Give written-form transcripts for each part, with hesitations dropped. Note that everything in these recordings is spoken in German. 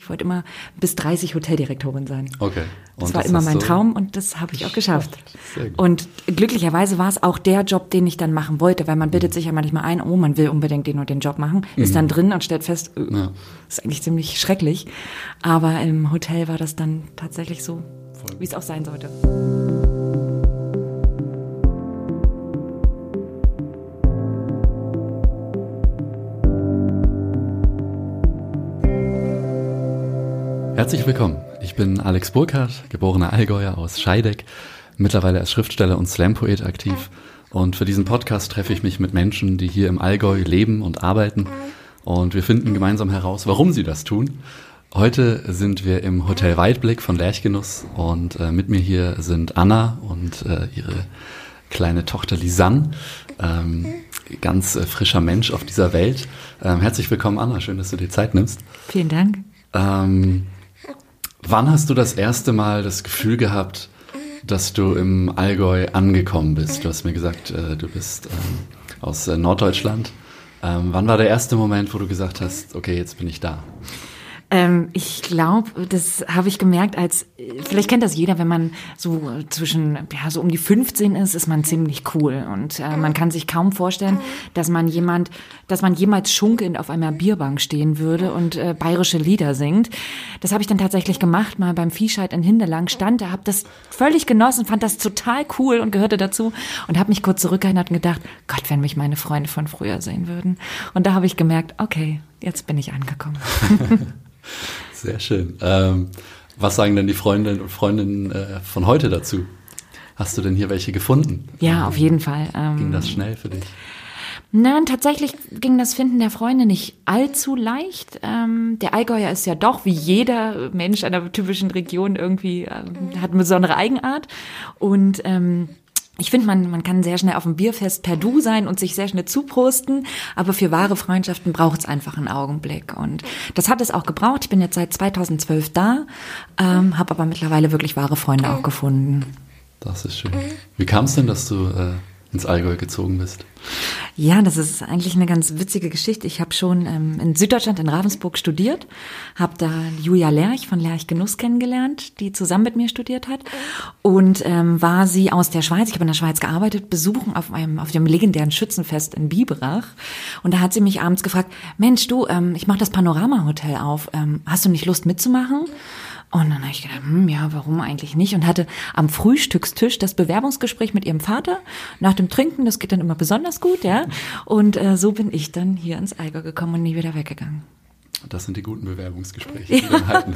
wollte immer bis 30 Hoteldirektorin sein. Okay. Das war immer mein Traum und das habe ich auch geschafft. Und glücklicherweise war es auch der Job, den ich dann machen wollte, weil man bildet sich ja manchmal ein, oh, man will unbedingt den und den Job machen, ist dann drin und stellt fest, das ist eigentlich ziemlich schrecklich. Aber im Hotel war das dann tatsächlich so, wie es auch sein sollte. Herzlich willkommen. Ich bin Alex Burkhardt, geborener Allgäuer aus Scheideck, mittlerweile als Schriftsteller und Slam-Poet aktiv. Und für diesen Podcast treffe ich mich mit Menschen, die hier im Allgäu leben und arbeiten. Und wir finden gemeinsam heraus, warum sie das tun. Heute sind wir im Hotel Weitblick von Lerchgenuss und mit mir hier sind Anna und ihre kleine Tochter Lisanne. Ganz frischer Mensch auf dieser Welt. Herzlich willkommen, Anna. Schön, dass du dir Zeit nimmst. Vielen Dank. Wann hast du das erste Mal das Gefühl gehabt, dass du im Allgäu angekommen bist? Du hast mir gesagt, du bist aus Norddeutschland. Wann war der erste Moment, wo du gesagt hast, okay, jetzt bin ich da? Ich glaube, das habe ich gemerkt, vielleicht kennt das jeder, wenn man so so um die 15 ist man ziemlich cool und man kann sich kaum vorstellen, dass man jemals schunkelnd auf einer Bierbank stehen würde und bayerische Lieder singt. Das habe ich dann tatsächlich gemacht, mal beim Viehscheid in Hindelang stand, da habe das völlig genossen, fand das total cool und gehörte dazu und habe mich kurz zurückerinnert und gedacht, Gott, wenn mich meine Freunde von früher sehen würden. Und da habe ich gemerkt, okay, jetzt bin ich angekommen. Sehr schön. Was sagen denn die Freundinnen und Freundinnen von heute dazu? Hast du denn hier welche gefunden? Ja, auf jeden Fall. Ging das schnell für dich? Nein, tatsächlich ging das Finden der Freunde nicht allzu leicht. Der Allgäuer ist ja doch, wie jeder Mensch einer typischen Region irgendwie, hat eine besondere Eigenart. Und ich finde, man kann sehr schnell auf dem Bierfest per Du sein und sich sehr schnell zuprosten, aber für wahre Freundschaften braucht es einfach einen Augenblick. Und das hat es auch gebraucht. Ich bin jetzt seit 2012 da, habe aber mittlerweile wirklich wahre Freunde auch gefunden. Das ist schön. Wie kam es denn, dass du ins Allgäu gezogen bist? Ja, das ist eigentlich eine ganz witzige Geschichte. Ich habe schon in Süddeutschland in Ravensburg studiert, habe da Julia Lerch von Lerchgenuss kennengelernt, die zusammen mit mir studiert hat und war sie aus der Schweiz, ich habe in der Schweiz gearbeitet, besuchen auf dem legendären Schützenfest in Biberach und da hat sie mich abends gefragt, Mensch du, ich mache das Panorama-Hotel auf, hast du nicht Lust mitzumachen? Und dann habe ich gedacht, ja, warum eigentlich nicht? Und hatte am Frühstückstisch das Bewerbungsgespräch mit ihrem Vater. Nach dem Trinken, das geht dann immer besonders gut, ja. Und so bin ich dann hier ins Allgäu gekommen und nie wieder weggegangen. Das sind die guten Bewerbungsgespräche, die wir halten.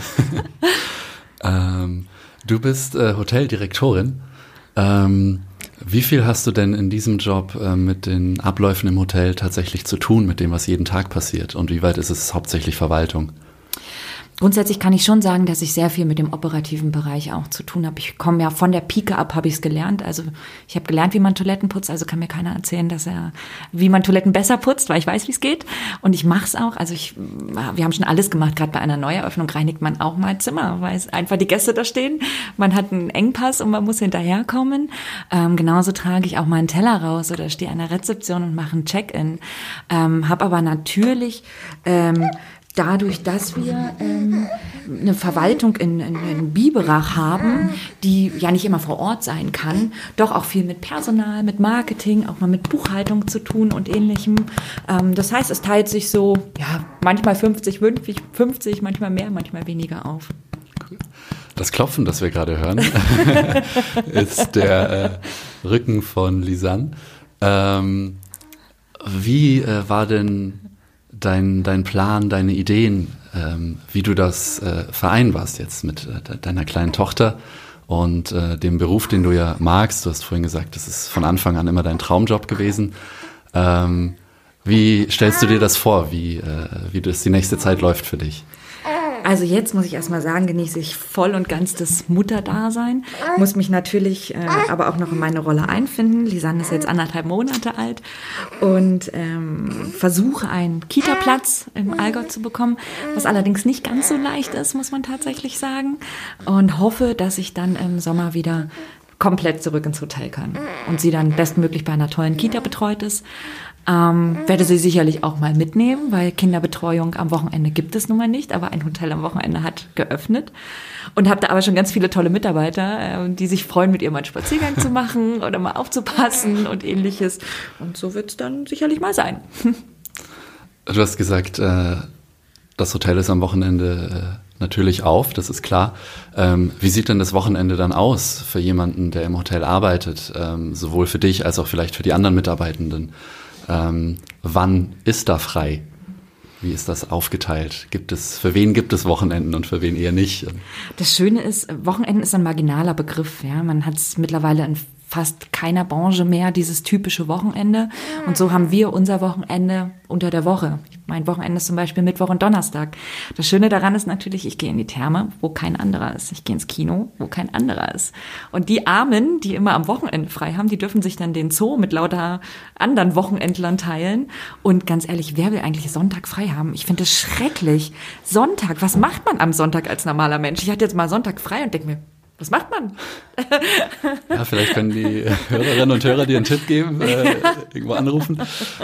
Du bist Hoteldirektorin. Wie viel hast du denn in diesem Job mit den Abläufen im Hotel tatsächlich zu tun, mit dem, was jeden Tag passiert? Und wie weit ist es hauptsächlich Verwaltung? Grundsätzlich kann ich schon sagen, dass ich sehr viel mit dem operativen Bereich auch zu tun habe. Ich komme ja von der Pike ab, habe ich es gelernt. Also ich habe gelernt, wie man Toiletten putzt. Also kann mir keiner erzählen, wie man Toiletten besser putzt, weil ich weiß, wie es geht. Und ich mache es auch. Also wir haben schon alles gemacht. Gerade bei einer Neueröffnung reinigt man auch mal Zimmer, weil einfach die Gäste da stehen. Man hat einen Engpass und man muss hinterherkommen. Genauso trage ich auch mal einen Teller raus oder stehe an der Rezeption und mache ein Check-in. Habe aber natürlich dadurch, dass wir eine Verwaltung in Biberach haben, die ja nicht immer vor Ort sein kann, doch auch viel mit Personal, mit Marketing, auch mal mit Buchhaltung zu tun und Ähnlichem. Das heißt, es teilt sich so, ja, manchmal 50, manchmal mehr, manchmal weniger auf. Cool. Das Klopfen, das wir gerade hören, ist der Rücken von Lisanne. Wie war denn dein Plan, deine Ideen, wie du das vereinbarst jetzt mit deiner kleinen Tochter und dem Beruf, den du ja magst? Du hast vorhin gesagt, das ist von Anfang an immer dein Traumjob gewesen. Wie stellst du dir das vor, wie das die nächste Zeit läuft für dich? Also jetzt muss ich erstmal sagen, genieße ich voll und ganz das Mutterdasein. Muss mich natürlich aber auch noch in meine Rolle einfinden. Lisanne ist jetzt 1,5 Monate alt und versuche einen Kita-Platz im Allgäu zu bekommen, was allerdings nicht ganz so leicht ist, muss man tatsächlich sagen. Und hoffe, dass ich dann im Sommer wieder komplett zurück ins Hotel kann und sie dann bestmöglich bei einer tollen Kita betreut ist. Werde sie sicherlich auch mal mitnehmen, weil Kinderbetreuung am Wochenende gibt es nun mal nicht, aber ein Hotel am Wochenende hat geöffnet. Und habe da aber schon ganz viele tolle Mitarbeiter, die sich freuen, mit ihr mal einen Spaziergang zu machen oder mal aufzupassen und ähnliches. Und so wird es dann sicherlich mal sein. Du hast gesagt, das Hotel ist am Wochenende natürlich auf, das ist klar. Wie sieht denn das Wochenende dann aus für jemanden, der im Hotel arbeitet, sowohl für dich als auch vielleicht für die anderen Mitarbeitenden? Wann ist da frei? Wie ist das aufgeteilt? Für wen gibt es Wochenenden und für wen eher nicht? Das Schöne ist, Wochenenden ist ein marginaler Begriff. Ja? Man hat es mittlerweile in fast keiner Branche mehr, dieses typische Wochenende. Und so haben wir unser Wochenende unter der Woche. Mein Wochenende ist zum Beispiel Mittwoch und Donnerstag. Das Schöne daran ist natürlich, ich gehe in die Therme, wo kein anderer ist. Ich gehe ins Kino, wo kein anderer ist. Und die Armen, die immer am Wochenende frei haben, die dürfen sich dann den Zoo mit lauter anderen Wochenendlern teilen. Und ganz ehrlich, wer will eigentlich Sonntag frei haben? Ich finde es schrecklich. Sonntag, was macht man am Sonntag als normaler Mensch? Ich hatte jetzt mal Sonntag frei und denke mir, was macht man? Ja, vielleicht können die Hörerinnen und Hörer dir einen Tipp geben, irgendwo anrufen,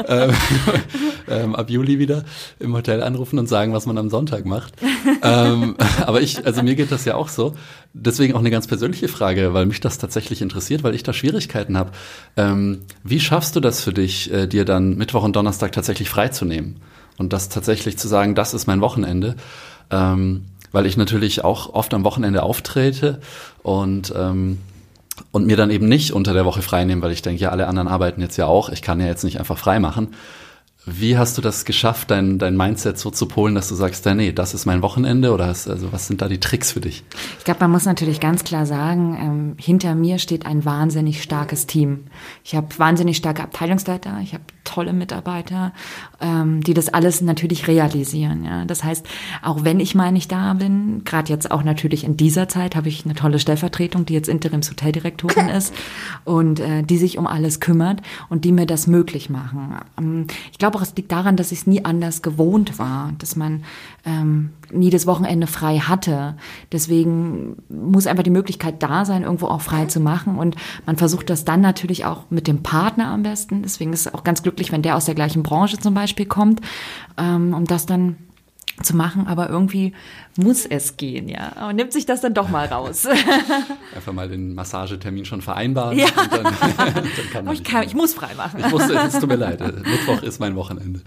ab Juli wieder im Hotel anrufen und sagen, was man am Sonntag macht. Aber mir geht das ja auch so. Deswegen auch eine ganz persönliche Frage, weil mich das tatsächlich interessiert, weil ich da Schwierigkeiten habe. Wie schaffst du das für dich, dir dann Mittwoch und Donnerstag tatsächlich freizunehmen? Und das tatsächlich zu sagen, das ist mein Wochenende? Weil ich natürlich auch oft am Wochenende auftrete und mir dann eben nicht unter der Woche frei nehmen, weil ich denke, ja, alle anderen arbeiten jetzt ja auch, ich kann ja jetzt nicht einfach frei machen. Wie hast du das geschafft, dein Mindset so zu polen, dass du sagst, ja, nee, das ist mein Wochenende, oder was sind da die Tricks für dich? Ich glaube, man muss natürlich ganz klar sagen, hinter mir steht ein wahnsinnig starkes Team. Ich habe wahnsinnig starke Abteilungsleiter, ich habe tolle Mitarbeiter, die das alles natürlich realisieren. Ja. Das heißt, auch wenn ich mal nicht da bin, gerade jetzt auch natürlich in dieser Zeit, habe ich eine tolle Stellvertretung, die jetzt Interims-Hoteldirektorin ist und die sich um alles kümmert und die mir das möglich machen. Ich glaube auch, es liegt daran, dass ich es nie anders gewohnt war, dass man nie das Wochenende frei hatte. Deswegen muss einfach die Möglichkeit da sein, irgendwo auch frei zu machen. Und man versucht das dann natürlich auch mit dem Partner am besten. Deswegen ist es auch ganz glücklich, wenn der aus der gleichen Branche zum Beispiel kommt, um das dann zu machen, aber irgendwie muss es gehen, ja. Aber nimmt sich das dann doch mal raus. Einfach mal den Massagetermin schon vereinbaren. Ja. Und dann kann man ich muss frei machen. Es tut mir leid, Mittwoch ist mein Wochenende.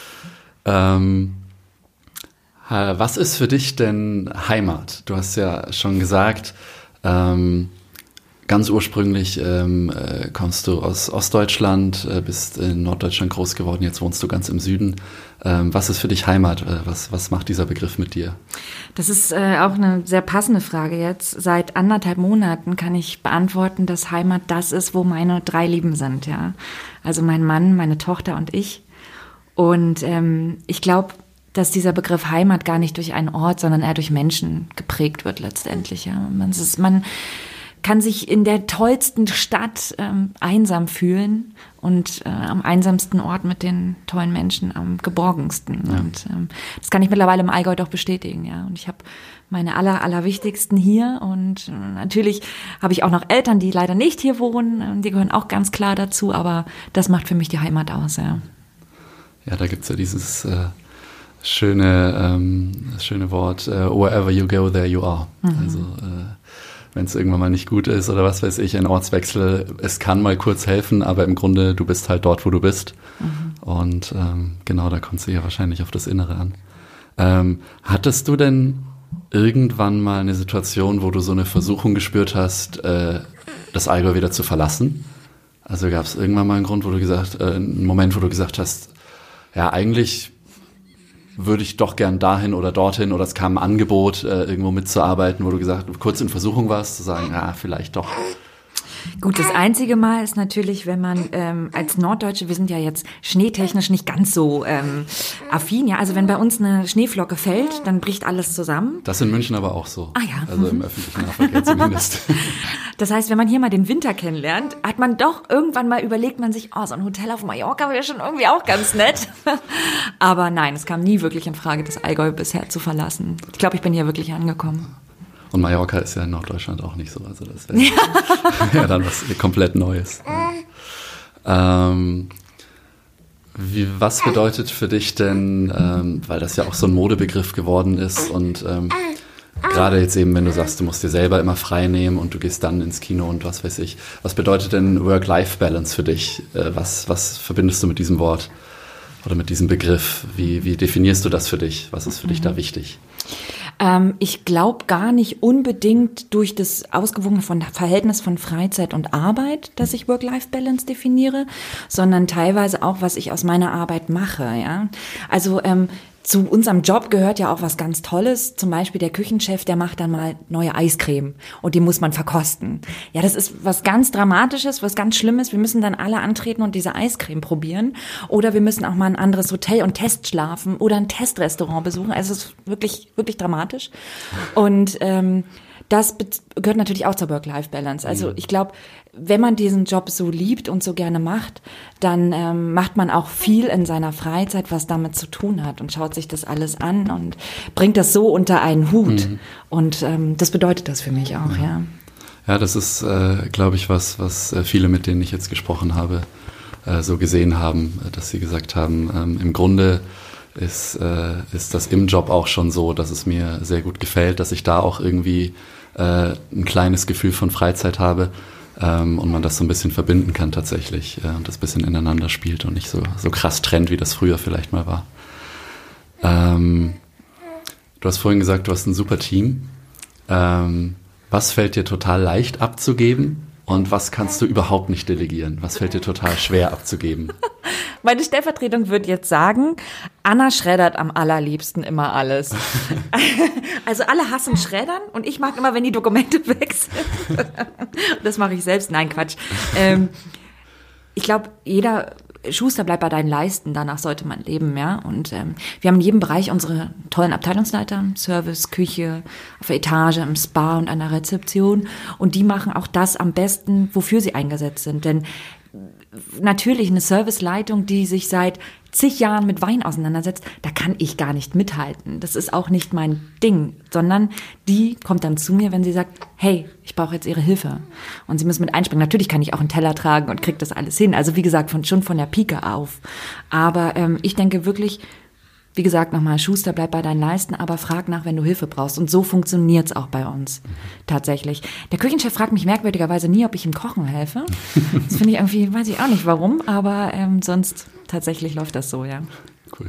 Was ist für dich denn Heimat? Du hast ja schon gesagt, ganz ursprünglich kommst du aus Ostdeutschland, bist in Norddeutschland groß geworden, jetzt wohnst du ganz im Süden. Was ist für dich Heimat? Was macht dieser Begriff mit dir? Das ist auch eine sehr passende Frage jetzt. Seit 1,5 Monaten kann ich beantworten, dass Heimat das ist, wo meine 3 Lieben sind. Ja? Also mein Mann, meine Tochter und ich. Und ich glaube, dass dieser Begriff Heimat gar nicht durch einen Ort, sondern eher durch Menschen geprägt wird letztendlich. Ja? Man kann sich in der tollsten Stadt einsam fühlen und am einsamsten Ort mit den tollen Menschen am geborgensten. Ja. Und das kann ich mittlerweile im Allgäu doch bestätigen. Ja. Und ich habe meine allerwichtigsten hier und natürlich habe ich auch noch Eltern, die leider nicht hier wohnen. Die gehören auch ganz klar dazu, aber das macht für mich die Heimat aus. Ja, ja, da gibt's ja dieses schöne Wort, wherever you go, there you are. Mhm. Also wenn es irgendwann mal nicht gut ist oder was weiß ich, ein Ortswechsel, es kann mal kurz helfen, aber im Grunde, du bist halt dort, wo du bist. Mhm. Und genau, da kommst du ja wahrscheinlich auf das Innere an. Hattest du denn irgendwann mal eine Situation, wo du so eine Versuchung gespürt hast, das Allgäu wieder zu verlassen? Also gab es irgendwann mal einen Moment, wo du gesagt hast, ja, eigentlich würde ich doch gern dahin oder dorthin, oder es kam ein Angebot, irgendwo mitzuarbeiten, wo du kurz in Versuchung warst, zu sagen, ja, vielleicht doch. Gut, das einzige Mal ist natürlich, wenn man als Norddeutsche, wir sind ja jetzt schneetechnisch nicht ganz so affin, ja, also wenn bei uns eine Schneeflocke fällt, dann bricht alles zusammen. Das in München aber auch so. Ah ja. Also im öffentlichen Nahverkehr zumindest. Das heißt, wenn man hier mal den Winter kennenlernt, hat man doch irgendwann mal überlegt, man sich, so ein Hotel auf Mallorca wäre schon irgendwie auch ganz nett. Aber nein, es kam nie wirklich in Frage, das Allgäu bisher zu verlassen. Ich glaube, ich bin hier wirklich angekommen. Und Mallorca ist ja in Norddeutschland auch nicht so, also das wäre ja dann was komplett Neues. Was bedeutet für dich denn, weil das ja auch so ein Modebegriff geworden ist und gerade jetzt eben, wenn du sagst, du musst dir selber immer frei nehmen und du gehst dann ins Kino und was weiß ich, was bedeutet denn Work-Life-Balance für dich? Was verbindest du mit diesem Wort oder mit diesem Begriff? Wie definierst du das für dich? Was ist für dich da wichtig? Ich glaube gar nicht unbedingt durch das ausgewogene Verhältnis von Freizeit und Arbeit, dass ich Work-Life-Balance definiere, sondern teilweise auch, was ich aus meiner Arbeit mache. Ja? Also zu unserem Job gehört ja auch was ganz Tolles. Zum Beispiel der Küchenchef, der macht dann mal neue Eiscreme und die muss man verkosten. Ja, das ist was ganz Dramatisches, was ganz Schlimmes. Wir müssen dann alle antreten und diese Eiscreme probieren. Oder wir müssen auch mal ein anderes Hotel und Test schlafen oder ein Testrestaurant besuchen. Also es ist wirklich, wirklich dramatisch. Und das gehört natürlich auch zur Work-Life-Balance. Also ich glaube, wenn man diesen Job so liebt und so gerne macht, dann macht man auch viel in seiner Freizeit, was damit zu tun hat und schaut sich das alles an und bringt das so unter einen Hut. Und das bedeutet das für mich auch, ja. Ja, das ist, glaube ich, was viele, mit denen ich jetzt gesprochen habe, so gesehen haben, dass sie gesagt haben, im Grunde ist das im Job auch schon so, dass es mir sehr gut gefällt, dass ich da auch irgendwie ein kleines Gefühl von Freizeit habe und man das so ein bisschen verbinden kann tatsächlich und das ein bisschen ineinander spielt und nicht so krass trennt, wie das früher vielleicht mal war. Du hast vorhin gesagt, du hast ein super Team. Was fällt dir total leicht abzugeben und was kannst du überhaupt nicht delegieren? Was fällt dir total schwer abzugeben? Meine Stellvertretung würde jetzt sagen, Anna schreddert am allerliebsten immer alles. Also alle hassen Schreddern und ich mag immer, wenn die Dokumente weg sind. Das mache ich selbst. Nein, Quatsch. Ich glaube, jeder Schuster bleibt bei deinen Leisten, danach sollte man leben, ja. Und wir haben in jedem Bereich unsere tollen Abteilungsleiter, Service, Küche, auf der Etage, im Spa und an der Rezeption. Und die machen auch das am besten, wofür sie eingesetzt sind. Denn natürlich eine Serviceleitung, die sich seit zig Jahren mit Wein auseinandersetzt, da kann ich gar nicht mithalten. Das ist auch nicht mein Ding, sondern die kommt dann zu mir, wenn sie sagt, hey, ich brauche jetzt Ihre Hilfe. Und Sie müssen mit einspringen. Natürlich kann ich auch einen Teller tragen und kriege das alles hin. Also wie gesagt, schon von der Pike auf. Aber ich denke wirklich, wie gesagt, nochmal, Schuster, bleib bei deinen Leisten, aber frag nach, wenn du Hilfe brauchst. Und so funktioniert's auch bei uns, tatsächlich. Der Küchenchef fragt mich merkwürdigerweise nie, ob ich ihm kochen helfe. Das finde ich irgendwie, weiß ich auch nicht warum, aber sonst tatsächlich läuft das so, ja. Cool.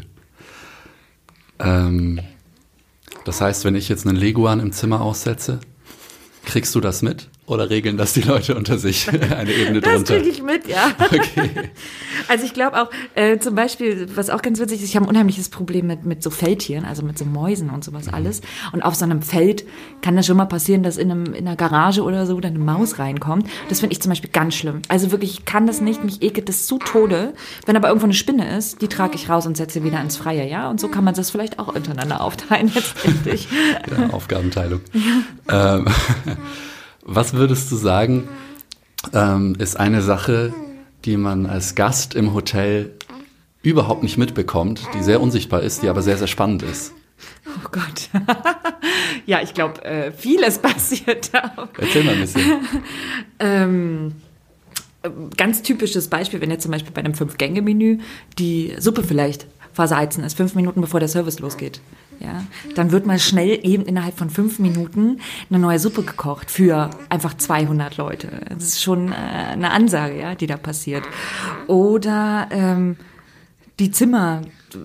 Das heißt, wenn ich jetzt einen Leguan im Zimmer aussetze, kriegst du das mit? Oder regeln das die Leute unter sich eine Ebene drunter? Das kriege ich mit, ja. Okay. Also ich glaube auch, zum Beispiel, was auch ganz witzig ist, ich habe ein unheimliches Problem mit so Feldtieren, also mit so Mäusen und sowas alles. Und auf so einem Feld kann das schon mal passieren, dass in einer Garage oder so dann eine Maus reinkommt. Das finde ich zum Beispiel ganz schlimm. Also wirklich, ich kann das nicht, mich ekelt das zu Tode. Wenn aber irgendwo eine Spinne ist, die trage ich raus und setze wieder ins Freie, ja. Und so kann man das vielleicht auch untereinander aufteilen, letztendlich. Ja, Aufgabenteilung. Ja. Was würdest du sagen, ist eine Sache, die man als Gast im Hotel überhaupt nicht mitbekommt, die sehr unsichtbar ist, die aber sehr, sehr spannend ist? Oh Gott. Ja, ich glaube, vieles passiert da. Erzähl mal ein bisschen. Ganz typisches Beispiel, wenn jetzt zum Beispiel bei einem 5-Gänge-Menü die Suppe vielleicht versalzen ist, 5 Minuten bevor der Service losgeht. Ja, dann wird mal schnell eben innerhalb von 5 Minuten eine neue Suppe gekocht für einfach 200 Leute. Das ist schon eine Ansage, ja, die da passiert. Oder die Zimmer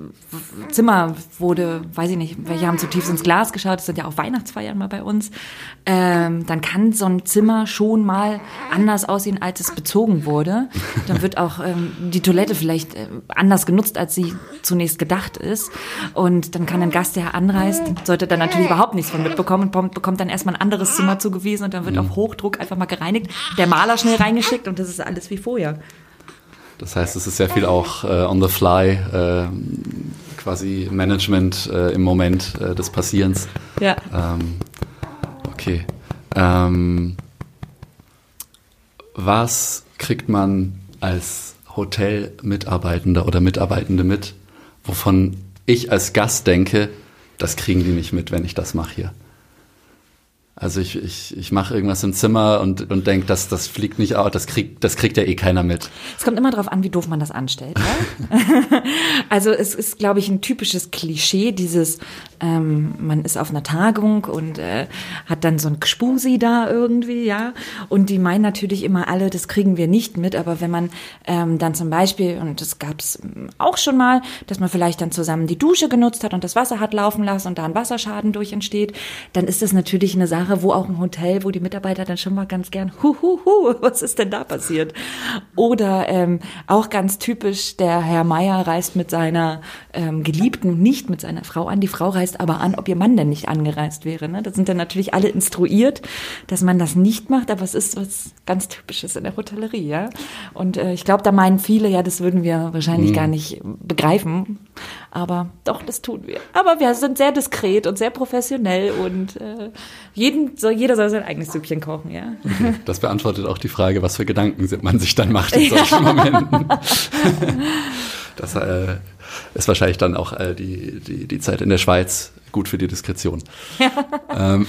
wurde, weiß ich nicht, welche haben zu tief ins Glas geschaut, das sind ja auch Weihnachtsfeiern mal bei uns, dann kann so ein Zimmer schon mal anders aussehen, als es bezogen wurde. Dann wird auch die Toilette vielleicht anders genutzt, als sie zunächst gedacht ist. Und dann kann ein Gast, der anreist, sollte dann natürlich überhaupt nichts von mitbekommen und bekommt dann erstmal ein anderes Zimmer zugewiesen und dann wird auf Hochdruck einfach mal gereinigt, der Maler schnell reingeschickt und das ist alles wie vorher. Das heißt, es ist sehr viel auch on the fly, quasi Management im Moment des Passierens. Ja. Okay. Was kriegt man als Hotelmitarbeitender oder Mitarbeitende mit, wovon ich als Gast denke, das kriegen die nicht mit, wenn ich das mache hier? Also ich mache irgendwas im Zimmer und denke, das fliegt nicht aus, das kriegt ja eh keiner mit. Es kommt immer darauf an, wie doof man das anstellt. Ne? Also es ist, glaube ich, ein typisches Klischee, dieses man ist auf einer Tagung und hat dann so ein Gspusi da irgendwie, ja. Und die meinen natürlich immer alle, das kriegen wir nicht mit. Aber wenn man dann zum Beispiel, und das gab es auch schon mal, dass man vielleicht dann zusammen die Dusche genutzt hat und das Wasser hat laufen lassen und da ein Wasserschaden durch entsteht, dann ist das natürlich eine Sache, wo auch ein Hotel, wo die Mitarbeiter dann schon mal ganz gern, was ist denn da passiert? Oder auch ganz typisch, der Herr Meier reist mit seiner Geliebten, nicht mit seiner Frau an. Die Frau reist aber an, ob ihr Mann denn nicht angereist wäre. Ne? Da sind dann natürlich alle instruiert, dass man das nicht macht, aber es ist was ganz Typisches in der Hotellerie. Ja? Und ich glaube, da meinen viele, ja, das würden wir wahrscheinlich gar nicht begreifen. Aber doch, das tun wir. Aber wir sind sehr diskret und sehr professionell und jeder soll sein eigenes Süppchen kochen, ja. Okay, das beantwortet auch die Frage, was für Gedanken man sich dann macht in solchen Momenten. Das ist wahrscheinlich dann auch die Zeit in der Schweiz gut für die Diskretion. Ja.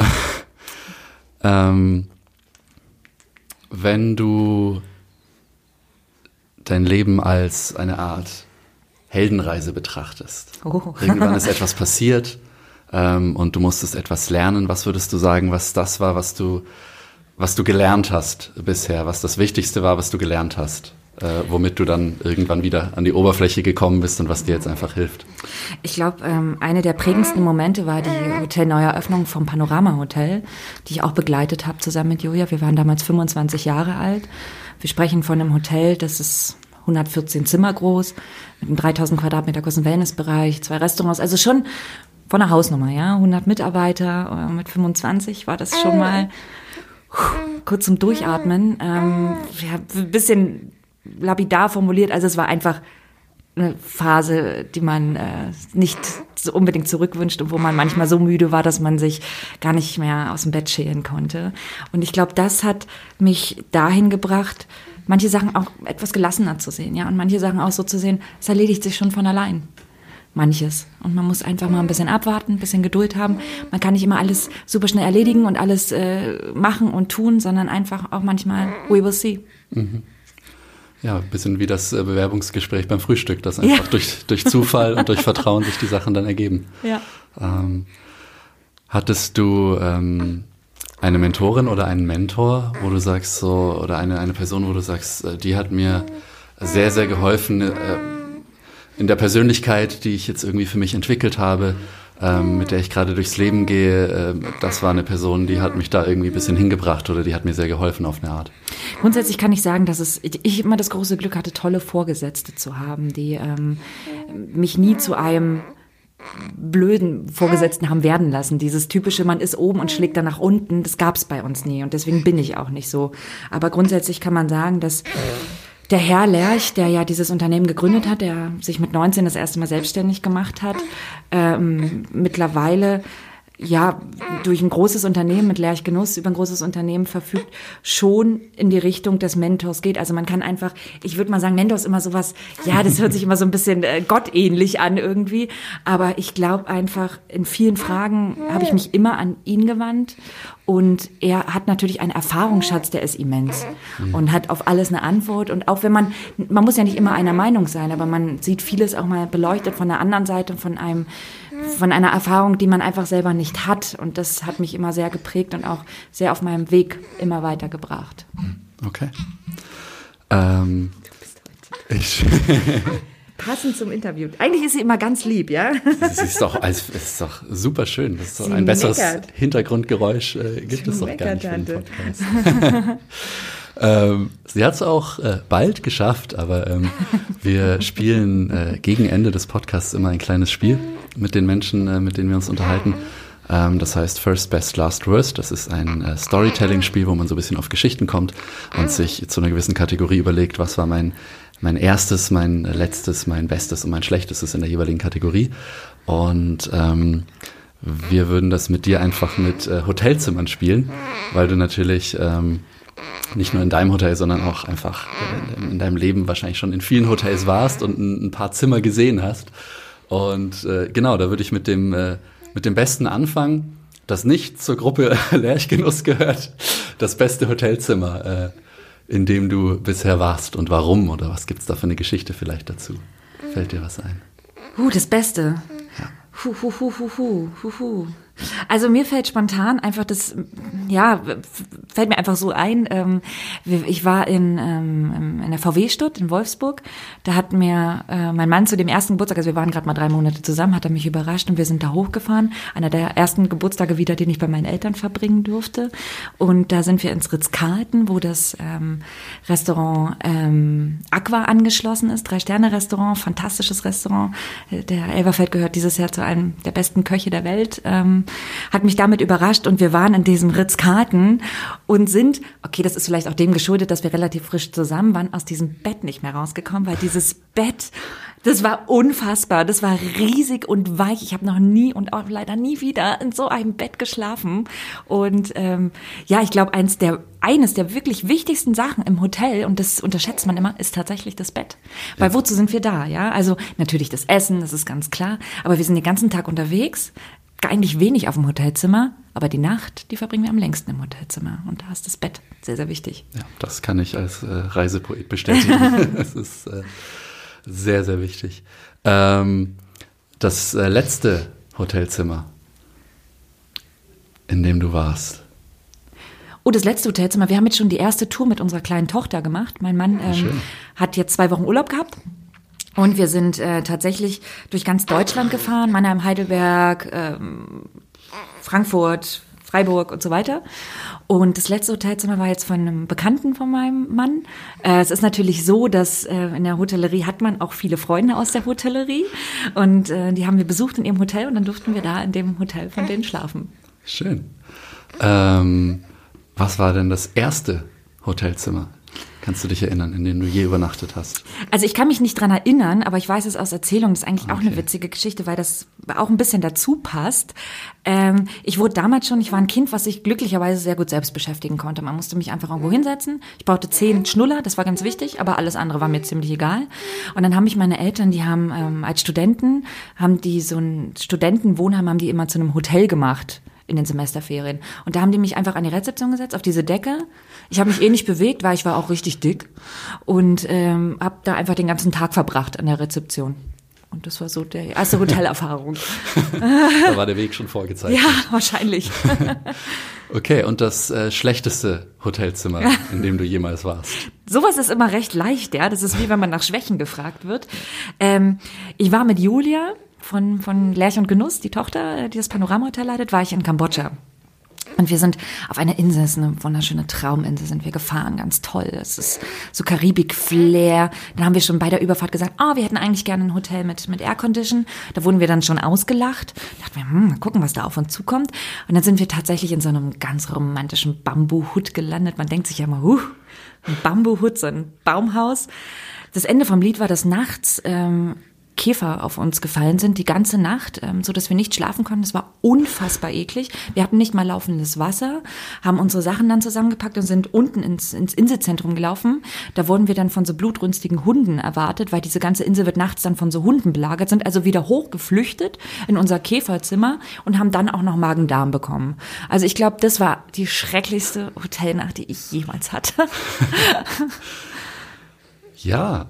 Wenn du dein Leben als eine Art Heldenreise betrachtest. Irgendwann ist etwas passiert und du musstest etwas lernen. Was würdest du sagen, was das war, was du gelernt hast bisher, was das Wichtigste war, was du gelernt hast, womit du dann irgendwann wieder an die Oberfläche gekommen bist und was dir jetzt einfach hilft? Ich glaube, eine der prägendsten Momente war die Hotelneueröffnung vom Panorama Hotel, die ich auch begleitet habe zusammen mit Julia. Wir waren damals 25 Jahre alt. Wir sprechen von einem Hotel, das ist 114 Zimmer groß, mit einem 3000 Quadratmeter großen Wellnessbereich, 2 Restaurants, also schon von der Hausnummer, ja, 100 Mitarbeiter, mit 25 war das schon mal kurz zum Durchatmen. Ein bisschen lapidar formuliert, also es war einfach eine Phase, die man nicht so unbedingt zurückwünscht und wo man manchmal so müde war, dass man sich gar nicht mehr aus dem Bett schälen konnte. Und ich glaube, das hat mich dahin gebracht, manche Sachen auch etwas gelassener zu sehen, ja, und manche Sachen auch so zu sehen, es erledigt sich schon von allein. Manches. Und man muss einfach mal ein bisschen abwarten, ein bisschen Geduld haben. Man kann nicht immer alles super schnell erledigen und alles machen und tun, sondern einfach auch manchmal, we will see. Mhm. Ja, ein bisschen wie das Bewerbungsgespräch beim Frühstück, dass einfach durch Zufall und durch Vertrauen sich die Sachen dann ergeben. Ja. Hattest du eine Mentorin oder einen Mentor, wo du sagst so, oder eine Person, wo du sagst, die hat mir sehr, sehr geholfen in der Persönlichkeit, die ich jetzt irgendwie für mich entwickelt habe, mit der ich gerade durchs Leben gehe, das war eine Person, die hat mich da irgendwie ein bisschen hingebracht oder die hat mir sehr geholfen auf eine Art. Grundsätzlich kann ich sagen, dass ich immer das große Glück hatte, tolle Vorgesetzte zu haben, die mich nie zu einem blöden Vorgesetzten haben werden lassen. Dieses typische, man ist oben und schlägt dann nach unten, das gab es bei uns nie und deswegen bin ich auch nicht so. Aber grundsätzlich kann man sagen, dass der Herr Lerch, der ja dieses Unternehmen gegründet hat, der sich mit 19 das erste Mal selbstständig gemacht hat, mittlerweile ja durch ein großes Unternehmen mit Lerch Genuss über ein großes Unternehmen verfügt, schon in die Richtung des Mentors geht. Also man kann einfach, ich würde mal sagen, Mentor ist immer sowas, ja, das hört sich immer so ein bisschen gottähnlich an irgendwie, aber ich glaube einfach, in vielen Fragen habe ich mich immer an ihn gewandt und er hat natürlich einen Erfahrungsschatz, der ist immens und hat auf alles eine Antwort und auch wenn man muss ja nicht immer einer Meinung sein, aber man sieht vieles auch mal beleuchtet von der anderen Seite, von einer Erfahrung, die man einfach selber nicht hat. Und das hat mich immer sehr geprägt und auch sehr auf meinem Weg immer weitergebracht. Okay. Passend zum Interview. Eigentlich ist sie immer ganz lieb, ja? Es ist doch super schön. Das ist doch ein besseres Hintergrundgeräusch gibt es doch gar nicht für den Podcast. Sie hat es auch bald geschafft, aber wir spielen gegen Ende des Podcasts immer ein kleines Spiel mit den Menschen, mit denen wir uns unterhalten. Das heißt First, Best, Last, Worst. Das ist ein Storytelling-Spiel, wo man so ein bisschen auf Geschichten kommt und sich zu einer gewissen Kategorie überlegt, was war mein erstes, mein letztes, mein bestes und mein schlechtestes in der jeweiligen Kategorie. Und wir würden das mit dir einfach mit Hotelzimmern spielen, weil du natürlich nicht nur in deinem Hotel, sondern auch einfach in deinem Leben wahrscheinlich schon in vielen Hotels warst und ein paar Zimmer gesehen hast. Und genau, da würde ich mit dem Besten anfangen. das nicht zur Gruppe Lerchgenuss gehört, das beste Hotelzimmer, in dem du bisher warst und warum? Oder was gibt's da für eine Geschichte vielleicht dazu? Fällt dir was ein? Das Beste. Ja. Also mir fällt spontan einfach fällt mir einfach so ein. Ich war in der VW-Stadt in Wolfsburg. Da hat mir mein Mann zu dem ersten Geburtstag, also wir waren gerade mal 3 Monate zusammen, hat er mich überrascht und wir sind da hochgefahren. Einer der ersten Geburtstage wieder, den ich bei meinen Eltern verbringen durfte. Und da sind wir ins Ritz-Carlton, wo das Restaurant Aqua angeschlossen ist. 3-Sterne-Restaurant, fantastisches Restaurant. Der Elverfeld gehört dieses Jahr zu einem der besten Köche der Welt. Hat mich damit überrascht und wir waren in diesem Ritz-Carlton und sind, okay, das ist vielleicht auch dem geschuldet, dass wir relativ frisch zusammen waren, aus diesem Bett nicht mehr rausgekommen, weil dieses Bett, das war unfassbar, das war riesig und weich. Ich habe noch nie und auch leider nie wieder in so einem Bett geschlafen und ich glaube, eines der wirklich wichtigsten Sachen im Hotel, und das unterschätzt man immer, ist tatsächlich das Bett. Weil wozu sind wir da, ja? Also natürlich das Essen, das ist ganz klar, aber wir sind den ganzen Tag unterwegs, eigentlich wenig auf dem Hotelzimmer, aber die Nacht, die verbringen wir am längsten im Hotelzimmer. Und da ist das Bett sehr, sehr wichtig. Ja, das kann ich als Reisepoet bestätigen. Es ist sehr, sehr wichtig. Das letzte Hotelzimmer, in dem du warst. Das letzte Hotelzimmer. Wir haben jetzt schon die erste Tour mit unserer kleinen Tochter gemacht. Mein Mann hat jetzt 2 Wochen Urlaub gehabt. Und wir sind tatsächlich durch ganz Deutschland gefahren, Mannheim, Heidelberg, Frankfurt, Freiburg und so weiter. Und das letzte Hotelzimmer war jetzt von einem Bekannten von meinem Mann. Es ist natürlich so, dass in der Hotellerie hat man auch viele Freunde aus der Hotellerie. Und die haben wir besucht in ihrem Hotel und dann durften wir da in dem Hotel von denen schlafen. Schön. Was war denn das erste Hotelzimmer? Kannst du dich erinnern, in dem du je übernachtet hast? Also ich kann mich nicht dran erinnern, aber ich weiß es aus Erzählungen. Das ist eigentlich auch eine witzige Geschichte, weil das auch ein bisschen dazu passt. Ich war ein Kind, was sich glücklicherweise sehr gut selbst beschäftigen konnte. Man musste mich einfach irgendwo hinsetzen. Ich brauchte 10 Schnuller, das war ganz wichtig, aber alles andere war mir ziemlich egal. Und dann haben mich meine Eltern, die haben als Studenten, haben die so ein Studentenwohnheim, haben die immer zu einem Hotel gemacht in den Semesterferien. Und da haben die mich einfach an die Rezeption gesetzt, auf diese Decke. Ich habe mich nicht bewegt, weil ich war auch richtig dick. Und habe da einfach den ganzen Tag verbracht an der Rezeption. Und das war so die erste Hotelerfahrung. Da war der Weg schon vorgezeichnet. Ja, wahrscheinlich. Okay, und das schlechteste Hotelzimmer, in dem du jemals warst? Sowas ist immer recht leicht, ja. Das ist wie wenn man nach Schwächen gefragt wird. Ich war mit Julia von Lerch und Genuss, die Tochter, die das Panoramahotel leitet, war ich in Kambodscha. Und wir sind auf einer Insel, es ist eine wunderschöne Trauminsel, sind wir gefahren, ganz toll. Es ist so Karibik-Flair. Dann haben wir schon bei der Überfahrt gesagt, wir hätten eigentlich gerne ein Hotel mit Aircondition. Da wurden wir dann schon ausgelacht. Da dachten wir, mal gucken, was da auf uns zukommt. Und dann sind wir tatsächlich in so einem ganz romantischen Bambuhut gelandet. Man denkt sich ja mal, ein Bambuhut, so ein Baumhaus. Das Ende vom Lied war, dass nachts Käfer auf uns gefallen sind, die ganze Nacht, so dass wir nicht schlafen konnten. Es war unfassbar eklig. Wir hatten nicht mal laufendes Wasser, haben unsere Sachen dann zusammengepackt und sind unten ins Inselzentrum gelaufen. Da wurden wir dann von so blutrünstigen Hunden erwartet, weil diese ganze Insel wird nachts dann von so Hunden belagert, sind also wieder hochgeflüchtet in unser Käferzimmer und haben dann auch noch Magen-Darm bekommen. Also ich glaube, das war die schrecklichste Hotelnacht, die ich jemals hatte. Ja,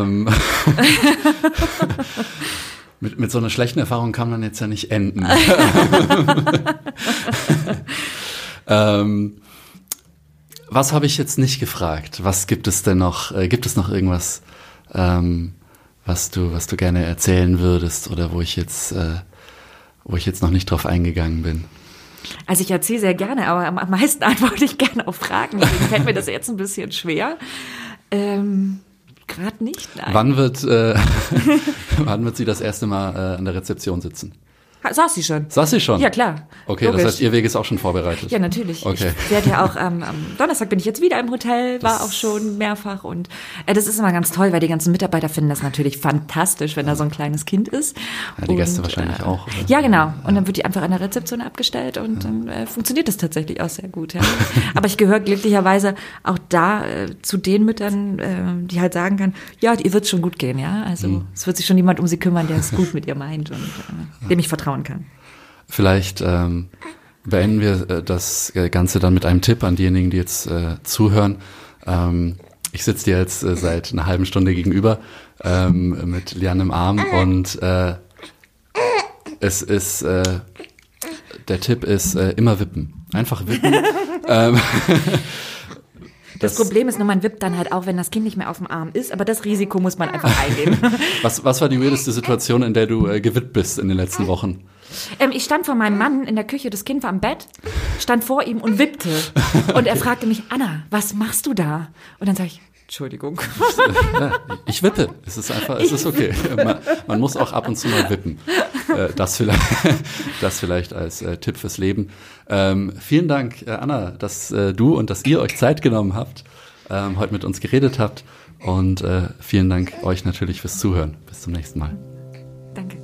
mit so einer schlechten Erfahrung kann man jetzt ja nicht enden. Was habe ich jetzt nicht gefragt? Was gibt es denn noch? Gibt es noch irgendwas, was du gerne erzählen würdest oder wo ich jetzt noch nicht drauf eingegangegangen bin? Also ich erzähle sehr gerne, aber am meisten antworte ich gerne auf Fragen. Deswegen fällt mir das jetzt ein bisschen schwer. Gerade nicht, nein. Wann wird sie das erste Mal an der Rezeption sitzen? Saß sie schon. Saß sie schon? Ja, klar. Okay, Logisch. Das heißt, Ihr Weg ist auch schon vorbereitet? Ja, natürlich. Okay. Ich werde ja auch am Donnerstag bin ich jetzt wieder im Hotel, war auch schon mehrfach und das ist immer ganz toll, weil die ganzen Mitarbeiter finden das natürlich fantastisch, wenn da so ein kleines Kind ist. Ja, die Gäste wahrscheinlich auch. Oder? Ja, genau. Und dann wird die einfach an der Rezeption abgestellt und dann funktioniert das tatsächlich auch sehr gut. Ja. Aber ich gehöre glücklicherweise auch da zu den Müttern, die halt sagen kann, ja, ihr wird schon gut gehen, ja. Also es wird sich schon jemand um sie kümmern, der es gut mit ihr meint und dem ich vertrauen kann. Vielleicht beenden wir das Ganze dann mit einem Tipp an diejenigen, die jetzt zuhören. Ich sitze dir jetzt seit einer halben Stunde gegenüber mit Liane im Arm und es ist der Tipp ist immer wippen. Einfach wippen. Das Problem ist nur, man wippt dann halt auch, wenn das Kind nicht mehr auf dem Arm ist, aber das Risiko muss man einfach eingehen. Was war die weirdeste Situation, in der du gewippt bist in den letzten Wochen? Ich stand vor meinem Mann in der Küche, das Kind war am Bett, stand vor ihm und wippte. Und er fragte mich, Anna, was machst du da? Und dann sage ich, Entschuldigung. Ja, ich wippe. Es ist okay. Man muss auch ab und zu mal wippen. Das vielleicht als Tipp fürs Leben. Vielen Dank, Anna, dass du und dass ihr euch Zeit genommen habt, heute mit uns geredet habt. Und vielen Dank euch natürlich fürs Zuhören. Bis zum nächsten Mal. Danke.